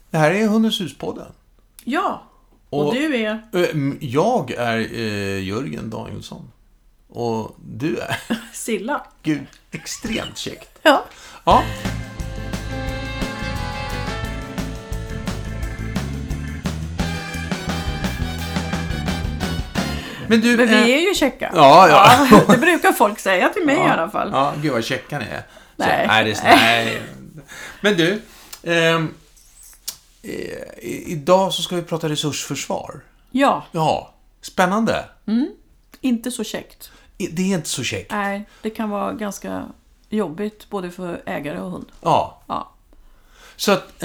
Det här är Hundens hus-podden. Ja, och du är? Jag är Jörgen Danielsson. Och du är? Silla. Gud, extremt käckt. Ja. Ja. Men vi är ju käcka. Ja. Det brukar folk säga till mig i alla fall. Ja, gud vad käcka ni är. Nej. Men du, idag så ska vi prata resursförsvar. Ja. Ja, spännande. Inte så käckt. Det är inte så käckt. Nej, det kan vara ganska jobbigt både för ägare och hund. Ja. Så att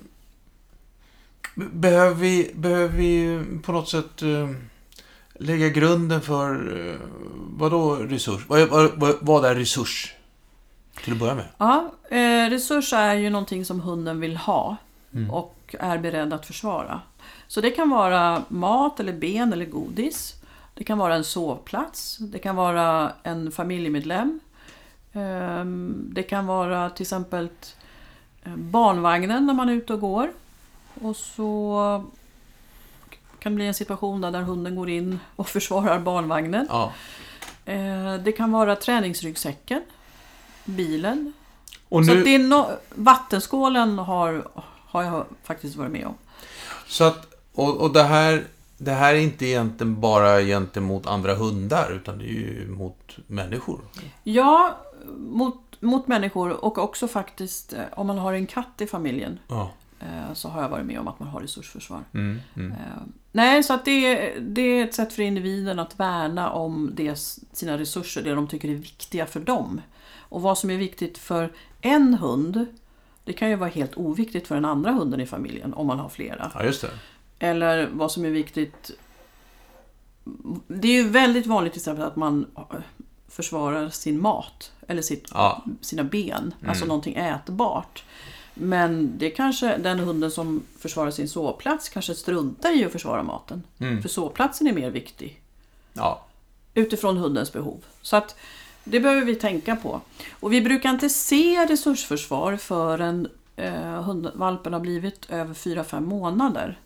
behöver vi på något sätt lägga grunden för vadå resurs? Vad är resurs? Till att börja med. Ja, resurs är ju någonting som hunden vill ha och är beredd att försvara. Så det kan vara mat eller ben eller godis. Det kan vara en sovplats. Det kan vara en familjemedlem. Det kan vara till exempel barnvagnen när man är ute och går. Och så kan det bli en situation där hunden går in och försvarar barnvagnen. Ja. Det kan vara träningsryggsäcken. Bilen. Och så nu... att det är vattenskålen har jag faktiskt varit med om. Så att, och det här är inte egentligen bara gentemot andra hundar, utan det är ju mot människor. Ja, mot människor och också faktiskt om man har en katt i familjen. Ja. Så har jag varit med om att man har resursförsvar. Nej, så att det är ett sätt för individen att värna om sina resurser, det de tycker är viktiga för dem. Och vad som är viktigt för en hund, det kan ju vara helt oviktigt för den andra hunden i familjen om man har flera. Ja, just det. Eller vad som är viktigt. Det är ju väldigt vanligt till exempel att man försvarar sin mat eller sina ben, alltså någonting ätbart. Men det kanske den hunden som försvarar sin sovplats kanske struntar i att försvara maten. För sovplatsen är mer viktig. Ja. Utifrån hundens behov. Så att det behöver vi tänka på. Och vi brukar inte se resursförsvar förrän valpen har blivit över 4-5 månader.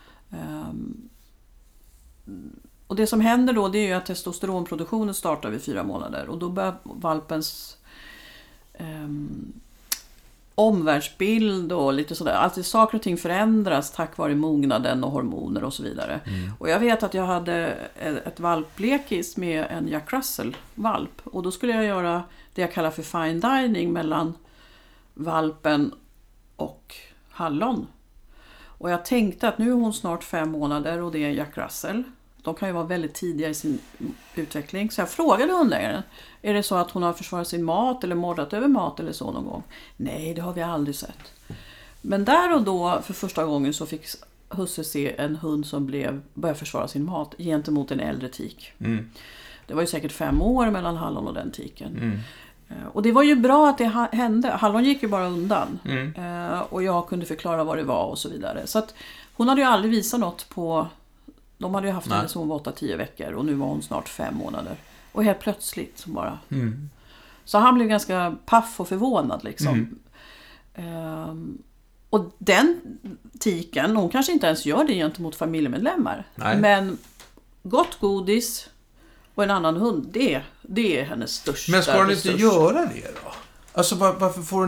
Och det som händer då, det är ju att testosteronproduktionen startar vid 4 månader. Och då börjar valpens omvärldsbild och lite sådär. Alltså saker och ting förändras tack vare mognaden och hormoner och så vidare. Och jag vet att jag hade ett valplekis med en Jack Russell-valp. Och då skulle jag göra det jag kallar för fine dining mellan valpen och hallon. Och jag tänkte att nu är hon snart 5 månader och det är Jack Russell. De kan ju vara väldigt tidiga i sin utveckling. Så jag frågade hundägaren, är det så att hon har försvarat sin mat eller morrat över mat eller så någon gång? Nej, det har vi aldrig sett. Men där och då, för första gången, så fick husse se en hund som började försvara sin mat gentemot en äldre tik. Det var ju säkert 5 år mellan hallon och den tiken. Och det var ju bra att det hände. Hallon gick ju bara undan. Och jag kunde förklara vad det var och så vidare. Så att hon hade ju aldrig visat något på... De hade ju haft henne som var 8-10 veckor och nu var hon snart 5 månader. Och helt plötsligt så bara... Så han blev ganska paff och förvånad liksom. Och den tiken, hon kanske inte ens gör det gentemot familjemedlemmar. Nej. Men gott godis och en annan hund, det är hennes största. Men ska hon inte göra det då? Alltså varför får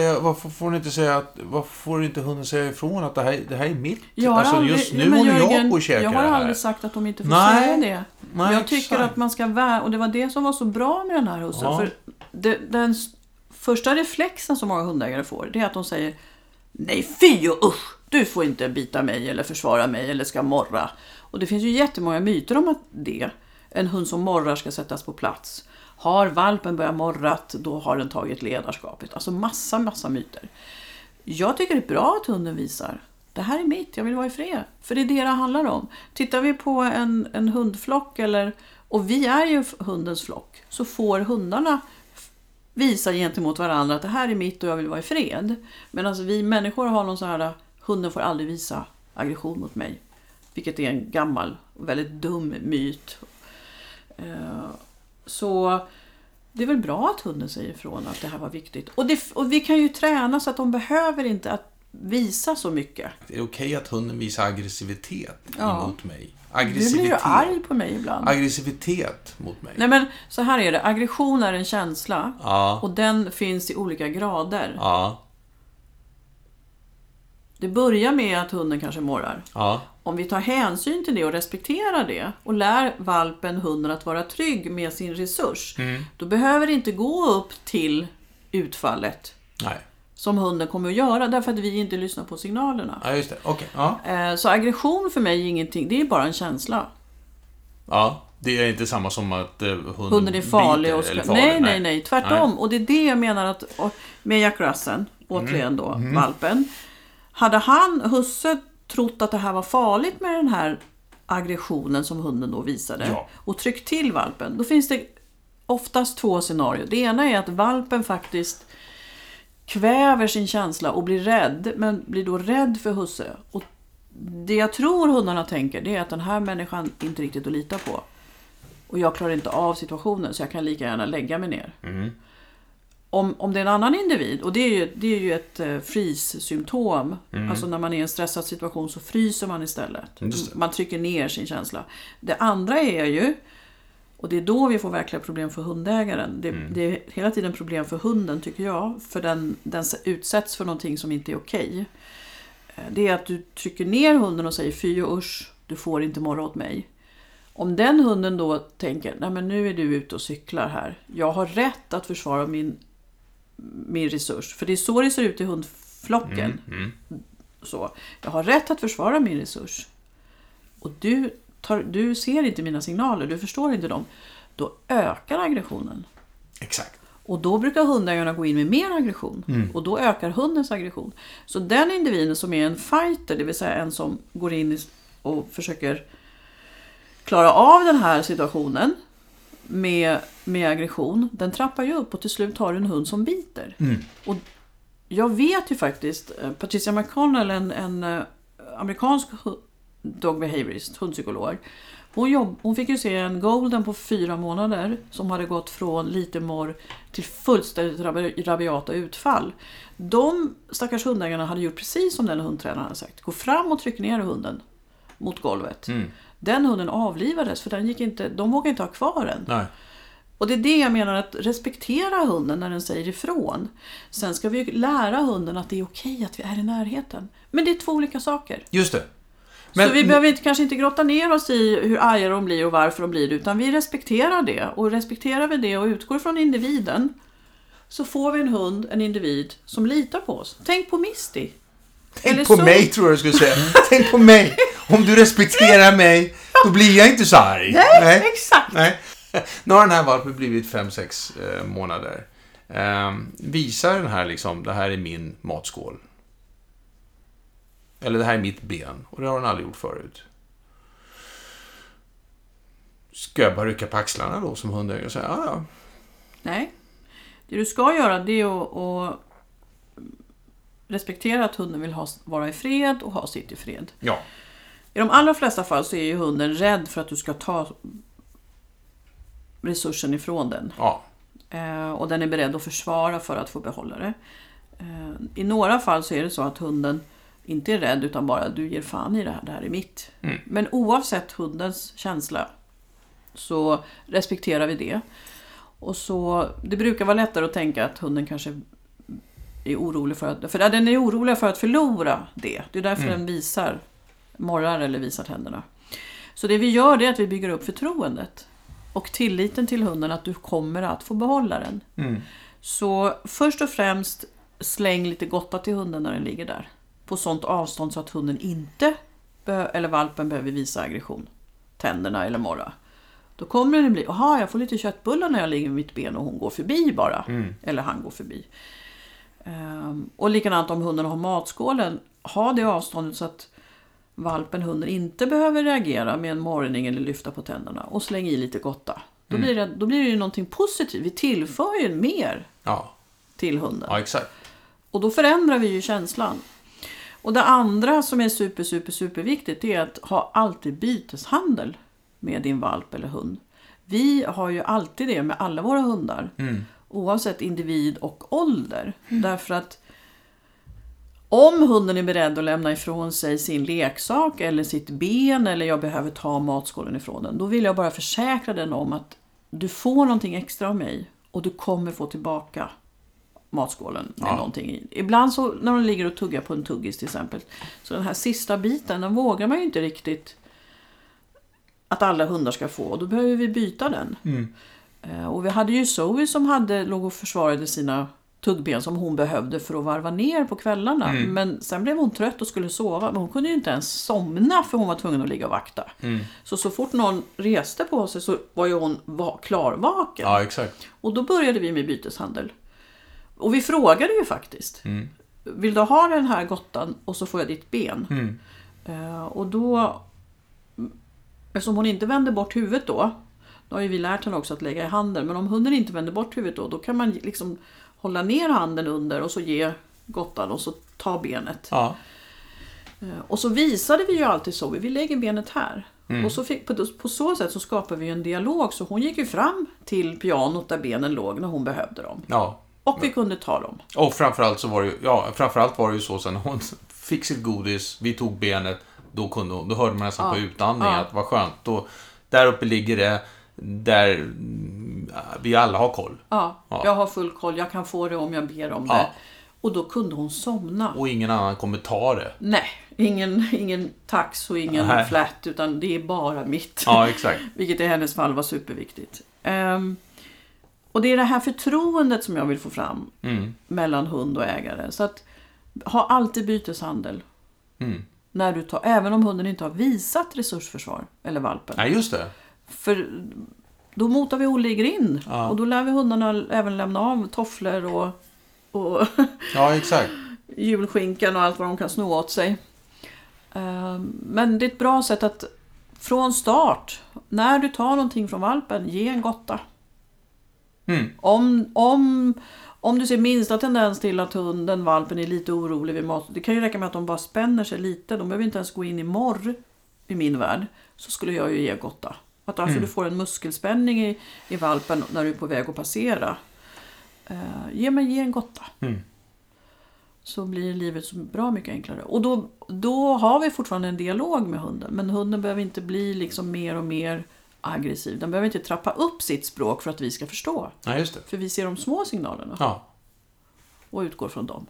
inte hunden säga ifrån att det här är mitt? Alltså just nu håller jag på att käka det här. Jag har aldrig sagt att de inte får säga det. Nej, jag tycker att man ska och det var det som var så bra med den här hussen. Ja. För den första reflexen som många hundägare får, det är att de säger nej fy och usch, du får inte bita mig eller försvara mig eller ska morra. Och det finns ju jättemånga myter om att en hund som morrar ska sättas på plats. Har valpen börjat morrat, då har den tagit ledarskapet. Alltså massa myter. Jag tycker det är bra att hunden visar. Det här är mitt, jag vill vara i fred. För det är det handlar om. Tittar vi på en hundflock, och vi är ju hundens flock, så får hundarna visa gentemot varandra att det här är mitt och jag vill vara i fred. Medan vi människor har någon så här, hunden får aldrig visa aggression mot mig. Vilket är en gammal och väldigt dum myt. Så det är väl bra att hunden säger ifrån att det här var viktigt. Och vi kan ju träna så att de behöver inte att visa så mycket. Det är okej att hunden visar aggressivitet emot mig. Du blir ju arg på mig ibland. Aggressivitet mot mig. Nej, men så här är det. Aggression är en känsla. Ja. Och den finns i olika grader. Ja. Det börjar med att hunden kanske morrar. Ja. Om vi tar hänsyn till det och respekterar det och lär valpen, hunden att vara trygg med sin resurs, då behöver det inte gå upp till utfallet. Nej. Som hunden kommer att göra därför att vi inte lyssnar på signalerna. Ja, just det. Okej. Ja. Så aggression för mig är ingenting, det är bara en känsla. Ja, det är inte samma som att hunden är farlig. Biter, eller farlig. Nej, tvärtom. Nej. Och det är det jag menar att med Jack Russell, återigen då, valpen. Hade husse trott att det här var farligt med den här aggressionen som hunden då visade och tryckt till valpen, då finns det oftast två scenarier. Det ena är att valpen faktiskt kväver sin känsla och blir rädd, men blir då rädd för husse. Och det jag tror hundarna tänker, det är att den här människan inte riktigt att lita på. Och jag klarar inte av situationen, så jag kan lika gärna lägga mig ner. Om det är en annan individ, och det är ju ett fryssymptom. Alltså när man är i en stressad situation så fryser man istället. Man trycker ner sin känsla. Det andra är ju, och det är då vi får verkliga problem för hundägaren. Det är hela tiden problem för hunden, tycker jag. För den utsätts för någonting som inte är okej. Det är att du trycker ner hunden och säger fy och usch, du får inte morra åt mig. Om den hunden då tänker, nej men nu är du ute och cyklar här. Jag har rätt att försvara min resurs. För det är så det ser ut i hundflocken. Så, jag har rätt att försvara min resurs. Och du ser inte mina signaler, du förstår inte dem. Då ökar aggressionen. Exakt. Och då brukar hundägarna gå in med mer aggression. Och då ökar hundens aggression. Så den individen som är en fighter, det vill säga en som går in och försöker klara av den här situationen med aggression, den trappar ju upp och till slut har du en hund som biter. Och jag vet ju faktiskt, Patricia McConnell, en amerikansk dog behaviorist, hundpsykolog, hon fick ju se en golden på 4 månader som hade gått från lite morr till fullständigt rabiata utfall. De stackars hundägarna hade gjort precis som den hundtränaren hade sagt. Gå fram och tryck ner hunden mot golvet. Den hunden avlivades för de vågade inte ha kvar den. Nej. Och det är det jag menar, att respektera hunden när den säger ifrån. Sen ska vi lära hunden att det är okej att vi är i närheten. Men det är 2 olika saker. Just det. Men, så vi behöver kanske inte grotta ner oss i hur arga de blir och varför de blir det, utan vi respekterar det. Och respekterar vi det och utgår från individen, så får vi en individ som litar på oss. Tänk på Misty. Tänk på mig, tror jag skulle säga. Tänk på mig. Om du respekterar mig, då blir jag inte så arg. Nej. Exakt. Nej. Nu har den här valpen blivit 5-6 månader. Visar den här liksom, det här är min matskål. Eller det här är mitt ben. Och det har den aldrig gjort förut. Ska jag bara rycka på axlarna då som hundägare och säga ja. Nej. Det du ska göra, det är att respektera att hunden vill vara i fred och ha sitt i fred. Ja. I de allra flesta fall så är ju hunden rädd för att du ska ta resursen ifrån den. Ja. Och den är beredd att försvara för att få behålla det. I några fall så är det så att hunden inte är rädd utan bara du ger fan i det här är mitt. Men oavsett hundens känsla så respekterar vi det. Och så, det brukar vara lättare att tänka att hunden kanske är orolig för den är orolig för att förlora det. Det är därför den morrar eller visar tänderna. Så det vi gör, det är att vi bygger upp förtroendet och tilliten till hunden att du kommer att få behålla den. Så först och främst släng lite gotta till hunden när den ligger där. På sånt avstånd så att hunden inte eller valpen behöver visa aggression. Tänderna eller morra. Då kommer den bli, jag får lite köttbullar när jag ligger med mitt ben och hon går förbi bara. Eller han går förbi. Och likadant om hunden har matskålen. Ha det avståndet så att hunden inte behöver reagera med en morgning eller lyfta på tänderna. Och släng i lite gotta. Då blir det ju någonting positivt. Vi tillför ju mer till hunden. Ja, exakt. Och då förändrar vi ju känslan. Och det andra som är super viktigt är att ha alltid byteshandel med din valp eller hund. Vi har ju alltid det med alla våra hundar. Oavsett individ och ålder. Därför att Om hunden är beredd att lämna ifrån sig sin leksak eller sitt ben eller jag behöver ta matskålen ifrån den, då vill jag bara försäkra den om att du får någonting extra av mig och du kommer få tillbaka matskålen med någonting i. Ibland så när de ligger och tuggar på en tuggis till exempel, så den här sista biten, den vågar man ju inte riktigt att alla hundar ska få och då behöver vi byta den. Och vi hade ju Zoe som låg och försvarade sina tuggben som hon behövde för att varva ner på kvällarna. Men sen blev hon trött och skulle sova. Men hon kunde ju inte ens somna för hon var tvungen att ligga och vakta. Så fort någon reste på sig så var ju hon klarvaken. Ja, exakt. Och då började vi med byteshandel. Och vi frågade ju faktiskt. Vill du ha den här gottan och så får jag ditt ben? Och då, eftersom hon inte vände bort huvudet då har ju vi lärt henne också att lägga i handen. Men om hunden inte vänder bort huvudet då kan man liksom hålla ner handen under och så ge gottan och så ta benet. Ja. Och så visade vi ju alltid så. Vi lägger benet här. Och så på så sätt så skapade vi en dialog. Så hon gick ju fram till pianot där benen låg när hon behövde dem. Ja. Och vi kunde ta dem. Och framförallt var det ju så sen när hon fick sitt godis, vi tog benet, då hörde man nästan på utandningen att vad skönt. Då, där uppe ligger det där vi alla har koll. Ja, jag har full koll. Jag kan få det om jag ber om det. Och då kunde hon somna. Och ingen annan kommer ta det. Nej, ingen tax och ingen flat, utan det är bara mitt. Ja, exakt. Vilket i hennes fall var superviktigt. Och det är det här förtroendet som jag vill få fram mellan hund och ägare. Så att ha alltid byteshandel. När du även om hunden inte har visat resursförsvar eller valpen. Nej, just det. För då motar vi oligger in. Och då lär vi hundarna även lämna av tofflor och ja, exakt. julskinkan och allt vad de kan sno åt sig. Men det är ett bra sätt att från start, när du tar någonting från valpen, ge en gotta. Om du ser minsta tendens till att valpen är lite orolig vid mat, det kan ju räcka med att de bara spänner sig lite, de behöver inte ens gå in i morr i min värld, så skulle jag ju ge gotta. Att alltså du får en muskelspänning i valpen när du är på väg att passera. Ge en gotta. Så blir livet så bra mycket enklare. Och då har vi fortfarande en dialog med hunden. Men hunden behöver inte bli liksom mer och mer aggressiv. Den behöver inte trappa upp sitt språk för att vi ska förstå. Ja, just det. För vi ser de små signalerna. Ja. Och utgår från dem.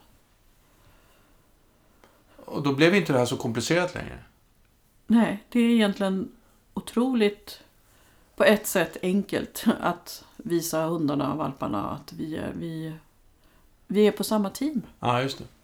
Och då blev inte det här så komplicerat längre. Nej, det är egentligen otroligt på ett sätt enkelt att visa hundarna och valparna att vi är på samma team. Ja, just det.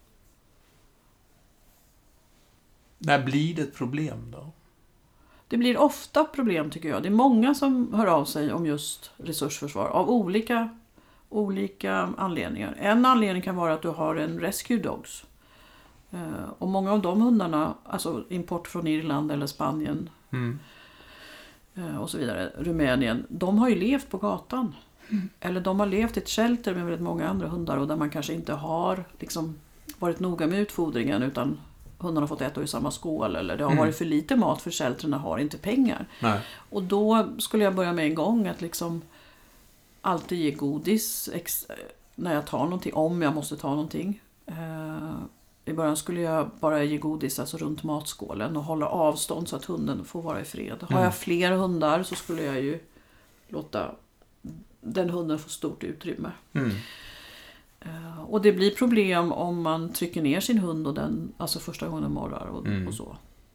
När blir det ett problem då? Det blir ofta problem tycker jag. Det är många som hör av sig om just resursförsvar av olika anledningar. En anledning kan vara att du har en rescue dogs. Och många av de hundarna, alltså import från Irland eller Spanien och så vidare, Rumänien, de har ju levt på gatan. Eller de har levt i ett shelter med väldigt många andra hundar och där man kanske inte har liksom varit noga med utfodringen utan hundarna har fått äta i samma skål eller det har varit för lite mat för shelterna har inte pengar. Nej. Och då skulle jag börja med en gång att liksom alltid ge godis när jag tar någonting, om jag måste ta någonting. I början skulle jag bara ge godis alltså runt matskålen och hålla avstånd så att hunden får vara i fred. Har jag fler hundar så skulle jag ju låta den hunden få stort utrymme. Och det blir problem om man trycker ner sin hund och den, alltså första gången den morrar och så.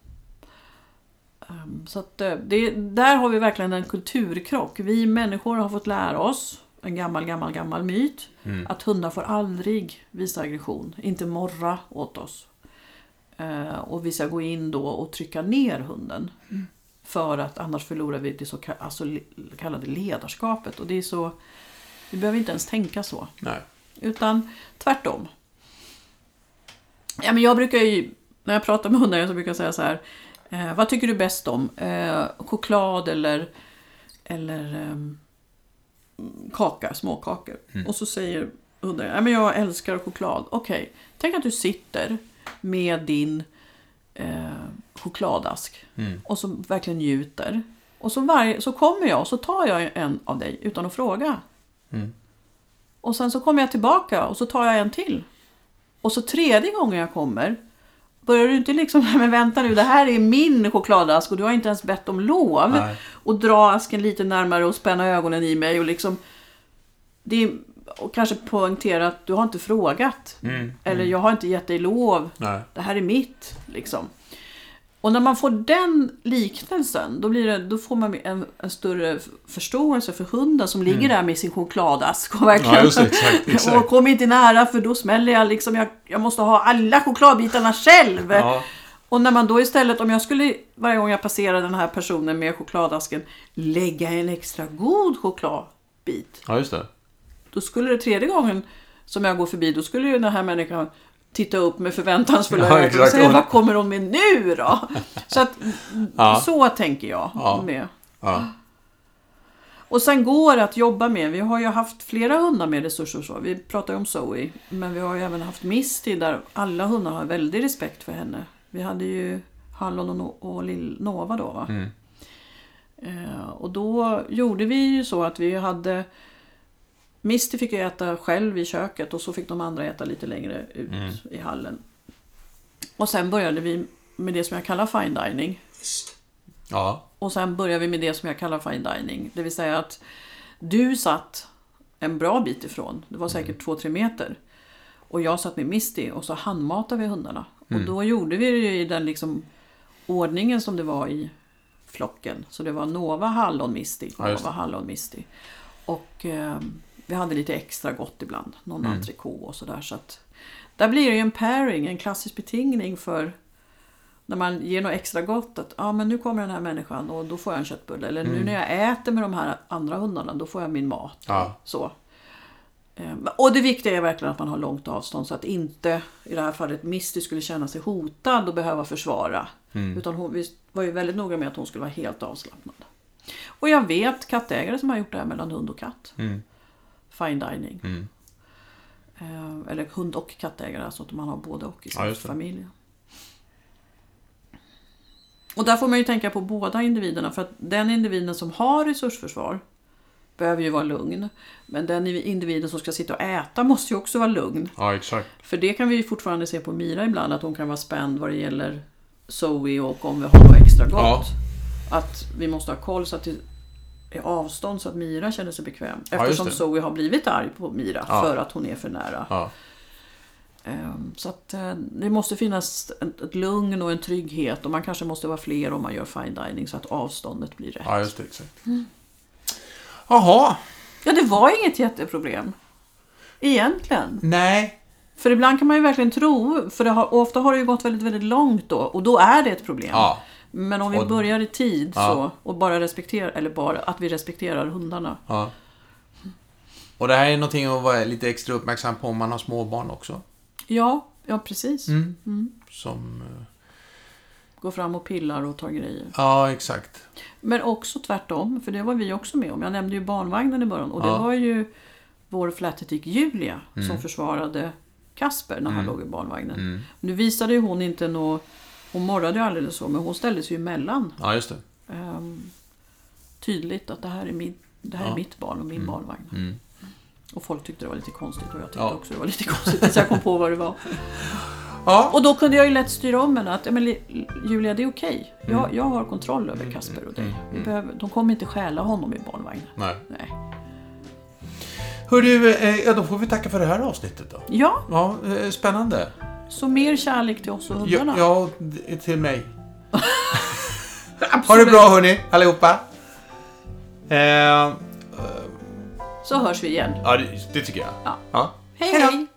Så att där har vi verkligen en kulturkrock. Vi människor har fått lära oss en gammal myt att hundar får aldrig visa aggression, inte morra åt oss. Och vi ska gå in då och trycka ner hunden. För att annars förlorar vi det så kallade ledarskapet. Och det är så, vi behöver inte ens tänka så. Nej. Utan tvärtom. Ja, men jag brukar ju, när jag pratar med hundar så brukar jag säga så här. Vad tycker du bäst om? Choklad eller kaka, småkakor. Och så säger hundar, ja men jag älskar choklad. Okej, tänk att du sitter med din chokladask och så verkligen njuter. Och så kommer jag och så tar jag en av dig utan att fråga. Och sen så kommer jag tillbaka och så tar jag en till. Och så tredje gången jag kommer, börjar du inte liksom, men vänta nu, det här är min chokladask och du har inte ens bett om lov. Nej. Och dra asken lite närmare och spänna ögonen i mig och liksom, och kanske poängtera att du har inte frågat. Eller jag har inte gett dig lov. Nej. Det här är mitt, liksom. Och när man får den liknelsen, då får man en större förståelse för hunden som ligger där med sin chokladask. Och verkligen, Ja, just det, exakt. och kom inte nära för då smäller jag liksom, jag måste ha alla chokladbitarna själv. Ja. Och när man då istället, om jag skulle varje gång jag passerar den här personen med chokladasken lägga en extra god chokladbit. Ja, just det. Då skulle det tredje gången som jag går förbi, då skulle ju den här människan titta upp med förväntansfulla ögon och säga, vad kommer hon med nu då? Så att, så tänker jag med. Ja. Och sen går det att jobba med, vi har ju haft flera hundar med resurser och så. Vi pratar ju om Zoe, men vi har ju även haft Misty där alla hundar har väldigt respekt för henne. Vi hade ju Hallon och Lill Nova då, va? Och då gjorde vi ju så att vi hade Misty fick äta själv i köket och så fick de andra äta lite längre ut i hallen. Och sen började vi med det som jag kallar fine dining. Ja. Och sen började vi med det som jag kallar fine dining. Det vill säga att du satt en bra bit ifrån. Det var säkert 2-3 meter. Och jag satt med Misty och så handmatade vi hundarna. Och då gjorde vi det i den liksom ordningen som det var i flocken. Så det var Nova, Hallon, Misty. Nova, Hallon, Misty. Och vi hade lite extra gott ibland. Någon entrecote och sådär. Så att där blir det ju en pairing, en klassisk betingning för när man ger något extra gott. Att men nu kommer den här människan och då får jag en köttbulle. Eller nu när jag äter med de här andra hundarna, då får jag min mat. Ja. Så. Och det viktiga är verkligen att man har långt avstånd. Så att inte i det här fallet Misty skulle känna sig hotad och behöva försvara. Utan vi var ju väldigt noga med att hon skulle vara helt avslappnad. Och jag vet kattägare som har gjort det här mellan hund och katt. Fine dining. Eller hund- och kattägare, alltså att man har både och i sin familj. Och där får man ju tänka på båda individerna. För att den individen som har resursförsvar behöver ju vara lugn. Men den individen som ska sitta och äta måste ju också vara lugn. Ja, exakt. För det kan vi ju fortfarande se på Mira ibland. Att hon kan vara spänd vad det gäller Zoe och om vi har något extra gott. Ja. Att vi måste ha koll så att det är avstånd så att Mira känner sig bekväm. Eftersom Zoe har blivit arg på Mira för att hon är för nära. Ja. Så att det måste finnas ett lugn och en trygghet. Och man kanske måste vara fler om man gör fine dining så att avståndet blir rätt. Ja, just det, exakt. Jaha. Ja, det var inget jätteproblem. Egentligen. Nej. För ibland kan man ju verkligen tro, för ofta har det ju gått väldigt, väldigt långt då. Och då är det ett problem. Ja. Men om vi börjar i tid så, och bara respekterar, eller bara att vi respekterar hundarna. Ja. Och det här är någonting att vara lite extra uppmärksam på om man har småbarn också. Ja, precis. Som går fram och pillar och tar grejer. Ja, exakt. Men också tvärtom, för det var vi också med om. Jag nämnde ju barnvagnen i början. Och det var ju vår flättetik Julia som försvarade Kasper när han låg i barnvagnen. Nu visade ju hon inte hon morrade ju alldeles så, men hon ställde sig ju emellan. Ja, just det. Tydligt att det här är mitt barn och min barnvagn. Och folk tyckte det var lite konstigt och jag tyckte också det var lite konstigt så jag kom på vad det var. Ja. Och då kunde jag ju lätt styra om henne att Julia, det är okej. Jag har kontroll över Kasper och dig. De kommer inte stjäla honom i barnvagnen. Nej. Hörru, då får vi tacka för det här avsnittet då. Ja, spännande. Så mer kärlek till oss och hundarna. Ja, till mig. Ha det bra hörni, allihopa. Så hörs vi igen. Ja, det tycker jag. Ja. Hej.